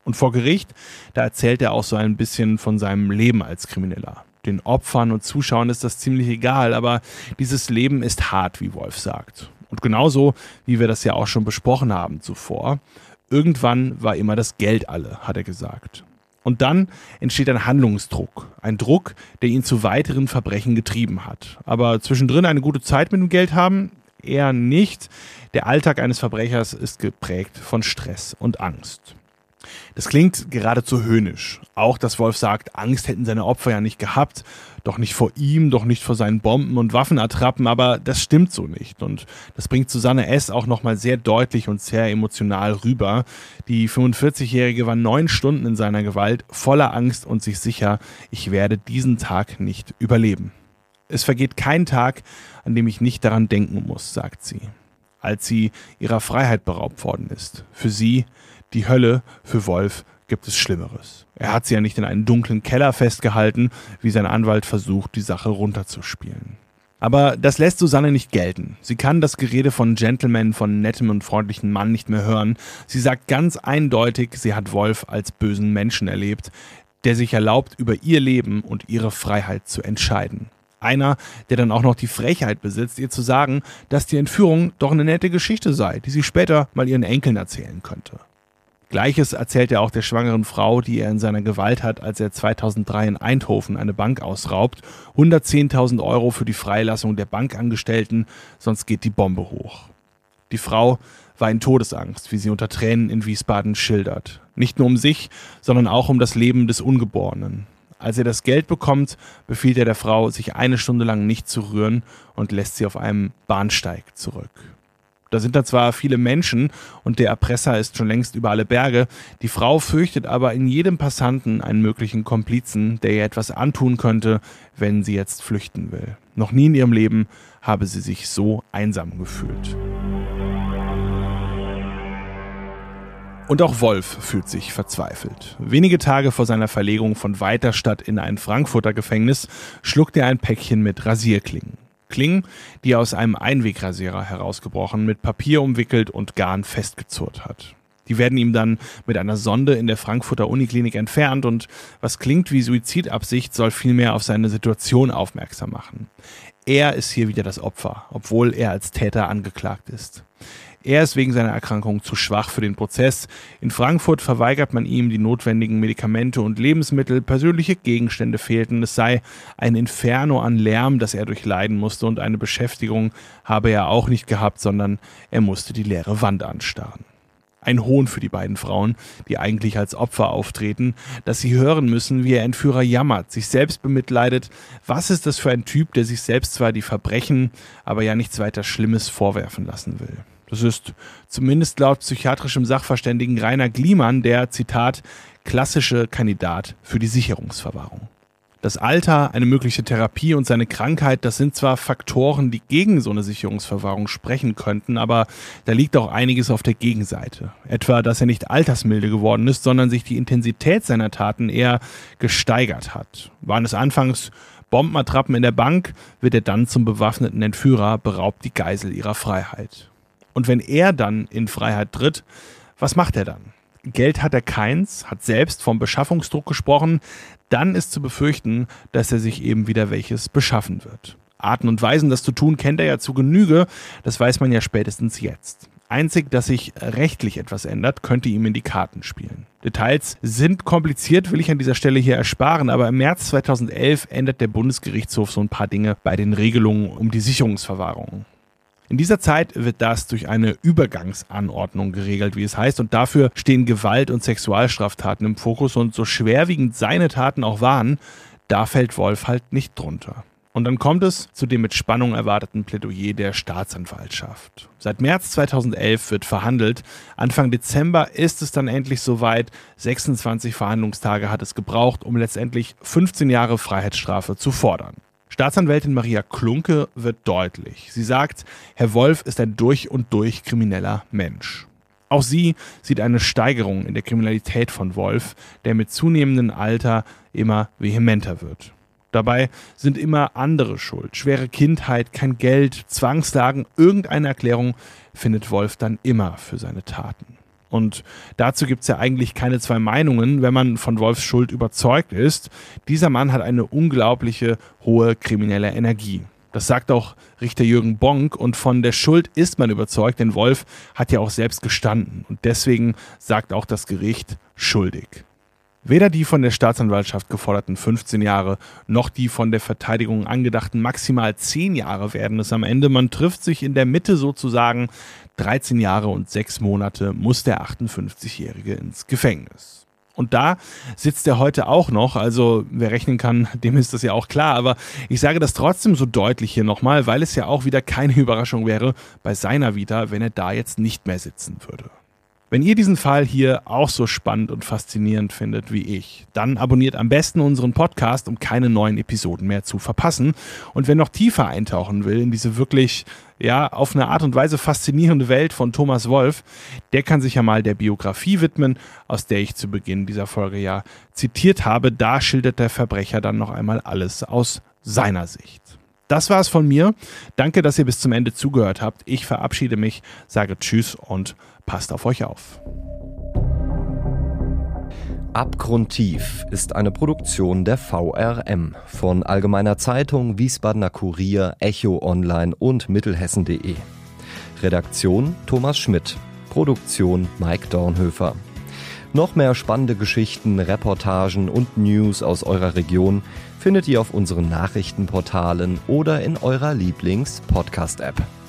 Und vor Gericht, da erzählt er auch so ein bisschen von seinem Leben als Krimineller. Den Opfern und Zuschauern ist das ziemlich egal, aber dieses Leben ist hart, wie Wolf sagt. Und genauso, wie wir das ja auch schon besprochen haben zuvor, irgendwann war immer das Geld alle, hat er gesagt. Und dann entsteht ein Handlungsdruck, ein Druck, der ihn zu weiteren Verbrechen getrieben hat. Aber zwischendrin eine gute Zeit mit dem Geld haben? Eher nicht. Der Alltag eines Verbrechers ist geprägt von Stress und Angst. Das klingt geradezu höhnisch. Auch, dass Wolf sagt, Angst hätten seine Opfer ja nicht gehabt. Doch nicht vor ihm, doch nicht vor seinen Bomben- und Waffenattrappen, aber das stimmt so nicht. Und das bringt Susanne S. auch nochmal sehr deutlich und sehr emotional rüber. Die fünfundvierzigjährige war neun Stunden in seiner Gewalt, voller Angst und sich sicher, ich werde diesen Tag nicht überleben. Es vergeht kein Tag, an dem ich nicht daran denken muss, sagt sie. Als sie ihrer Freiheit beraubt worden ist. Für sie die Hölle, für Wolf gibt es Schlimmeres. Er hat sie ja nicht in einen dunklen Keller festgehalten, wie sein Anwalt versucht, die Sache runterzuspielen. Aber das lässt Susanne nicht gelten. Sie kann das Gerede von Gentleman, von nettem und freundlichen Mann nicht mehr hören. Sie sagt ganz eindeutig, sie hat Wolf als bösen Menschen erlebt, der sich erlaubt, über ihr Leben und ihre Freiheit zu entscheiden. Einer, der dann auch noch die Frechheit besitzt, ihr zu sagen, dass die Entführung doch eine nette Geschichte sei, die sie später mal ihren Enkeln erzählen könnte. Gleiches erzählt er auch der schwangeren Frau, die er in seiner Gewalt hat, als er zweitausenddrei in Eindhoven eine Bank ausraubt. hundertzehntausend Euro für die Freilassung der Bankangestellten, sonst geht die Bombe hoch. Die Frau war in Todesangst, wie sie unter Tränen in Wiesbaden schildert. Nicht nur um sich, sondern auch um das Leben des Ungeborenen. Als er das Geld bekommt, befiehlt er der Frau, sich eine Stunde lang nicht zu rühren und lässt sie auf einem Bahnsteig zurück. Da sind da zwar viele Menschen und der Erpresser ist schon längst über alle Berge, die Frau fürchtet aber in jedem Passanten einen möglichen Komplizen, der ihr etwas antun könnte, wenn sie jetzt flüchten will. Noch nie in ihrem Leben habe sie sich so einsam gefühlt. Und auch Wolf fühlt sich verzweifelt. Wenige Tage vor seiner Verlegung von Weiterstadt in ein Frankfurter Gefängnis schluckt er ein Päckchen mit Rasierklingen. Klingen, die er aus einem Einwegrasierer herausgebrochen, mit Papier umwickelt und Garn festgezurrt hat. Die werden ihm dann mit einer Sonde in der Frankfurter Uniklinik entfernt und was klingt wie Suizidabsicht, soll vielmehr auf seine Situation aufmerksam machen. Er ist hier wieder das Opfer, obwohl er als Täter angeklagt ist. Er ist wegen seiner Erkrankung zu schwach für den Prozess. In Frankfurt verweigert man ihm die notwendigen Medikamente und Lebensmittel, persönliche Gegenstände fehlten. Es sei ein Inferno an Lärm, das er durchleiden musste und eine Beschäftigung habe er auch nicht gehabt, sondern er musste die leere Wand anstarren. Ein Hohn für die beiden Frauen, die eigentlich als Opfer auftreten, dass sie hören müssen, wie ihr Entführer jammert, sich selbst bemitleidet. Was ist das für ein Typ, der sich selbst zwar die Verbrechen, aber ja nichts weiter Schlimmes vorwerfen lassen will? Das ist zumindest laut psychiatrischem Sachverständigen Rainer Gliemann der, Zitat, klassische Kandidat für die Sicherungsverwahrung. Das Alter, eine mögliche Therapie und seine Krankheit, das sind zwar Faktoren, die gegen so eine Sicherungsverwahrung sprechen könnten, aber da liegt auch einiges auf der Gegenseite. Etwa, dass er nicht altersmilde geworden ist, sondern sich die Intensität seiner Taten eher gesteigert hat. Waren es anfangs Bombenattrappen in der Bank, wird er dann zum bewaffneten Entführer, beraubt die Geisel ihrer Freiheit. Und wenn er dann in Freiheit tritt, was macht er dann? Geld hat er keins, hat selbst vom Beschaffungsdruck gesprochen, dann ist zu befürchten, dass er sich eben wieder welches beschaffen wird. Arten und Weisen, das zu tun, kennt er ja zu Genüge, das weiß man ja spätestens jetzt. Einzig, dass sich rechtlich etwas ändert, könnte ihm in die Karten spielen. Details sind kompliziert, will ich an dieser Stelle hier ersparen, aber im März zweitausendelf ändert der Bundesgerichtshof so ein paar Dinge bei den Regelungen um die Sicherungsverwahrung. In dieser Zeit wird das durch eine Übergangsanordnung geregelt, wie es heißt, und dafür stehen Gewalt- und Sexualstraftaten im Fokus und so schwerwiegend seine Taten auch waren, da fällt Wolf halt nicht drunter. Und dann kommt es zu dem mit Spannung erwarteten Plädoyer der Staatsanwaltschaft. Seit März zweitausendelf wird verhandelt. Anfang Dezember ist es dann endlich soweit. sechsundzwanzig Verhandlungstage hat es gebraucht, um letztendlich fünfzehn Jahre Freiheitsstrafe zu fordern. Staatsanwältin Maria Klunke wird deutlich. Sie sagt, Herr Wolf ist ein durch und durch krimineller Mensch. Auch sie sieht eine Steigerung in der Kriminalität von Wolf, der mit zunehmendem Alter immer vehementer wird. Dabei sind immer andere schuld. Schwere Kindheit, kein Geld, Zwangslagen, irgendeine Erklärung findet Wolf dann immer für seine Taten. Und dazu gibt es ja eigentlich keine zwei Meinungen, wenn man von Wolfs Schuld überzeugt ist. Dieser Mann hat eine unglaubliche hohe kriminelle Energie. Das sagt auch Richter Jürgen Bonk, und von der Schuld ist man überzeugt, denn Wolf hat ja auch selbst gestanden. Und deswegen sagt auch das Gericht schuldig. Weder die von der Staatsanwaltschaft geforderten fünfzehn Jahre noch die von der Verteidigung angedachten maximal zehn Jahre werden es am Ende. Man trifft sich in der Mitte sozusagen. dreizehn Jahre und sechs Monate muss der achtundfünfzigjährige ins Gefängnis. Und da sitzt er heute auch noch, also wer rechnen kann, dem ist das ja auch klar, aber ich sage das trotzdem so deutlich hier nochmal, weil es ja auch wieder keine Überraschung wäre bei seiner Vita, wenn er da jetzt nicht mehr sitzen würde. Wenn ihr diesen Fall hier auch so spannend und faszinierend findet wie ich, dann abonniert am besten unseren Podcast, um keine neuen Episoden mehr zu verpassen. Und wer noch tiefer eintauchen will in diese wirklich, ja, auf eine Art und Weise faszinierende Welt von Thomas Wolf, der kann sich ja mal der Biografie widmen, aus der ich zu Beginn dieser Folge ja zitiert habe. Da schildert der Verbrecher dann noch einmal alles aus seiner Sicht. Das war es von mir. Danke, dass ihr bis zum Ende zugehört habt. Ich verabschiede mich, sage Tschüss und passt auf euch auf. Abgrundtief ist eine Produktion der V R M von Allgemeiner Zeitung, Wiesbadener Kurier, Echo Online und Mittelhessen punkt de. Redaktion Thomas Schmidt. Produktion Mike Dornhöfer. Noch mehr spannende Geschichten, Reportagen und News aus eurer Region findet ihr auf unseren Nachrichtenportalen oder in eurer Lieblings-Podcast-App.